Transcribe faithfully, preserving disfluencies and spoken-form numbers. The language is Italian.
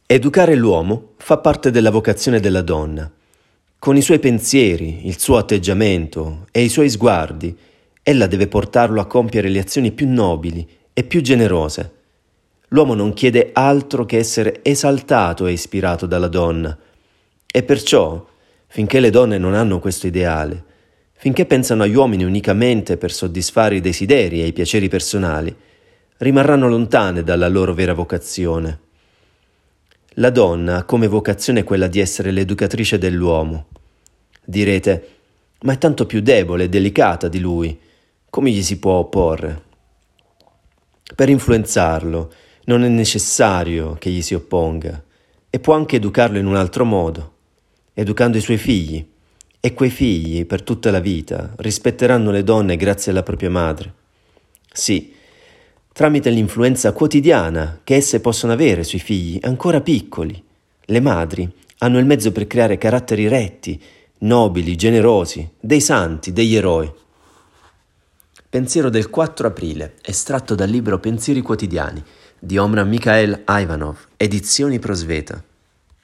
Educare l'uomo fa parte della vocazione della donna. Con i suoi pensieri, il suo atteggiamento e i suoi sguardi, ella deve portarlo a compiere le azioni più nobili e più generose. L'uomo non chiede altro che essere esaltato e ispirato dalla donna. E perciò, finché le donne non hanno questo ideale, finché pensano agli uomini unicamente per soddisfare i desideri e i piaceri personali, rimarranno lontane dalla loro vera vocazione. La donna ha come vocazione quella di essere l'educatrice dell'uomo. Direte, ma è tanto più debole e delicata di lui, come gli si può opporre? Per influenzarlo non è necessario che gli si opponga, e può anche educarlo in un altro modo, educando i suoi figli, e quei figli per tutta la vita rispetteranno le donne grazie alla propria madre. Sì, tramite l'influenza quotidiana che esse possono avere sui figli ancora piccoli. Le madri hanno il mezzo per creare caratteri retti, nobili, generosi, dei santi, degli eroi. Pensiero del quattro aprile, estratto dal libro Pensieri quotidiani di Omran Mikhail Ivanov, edizioni Prosveta.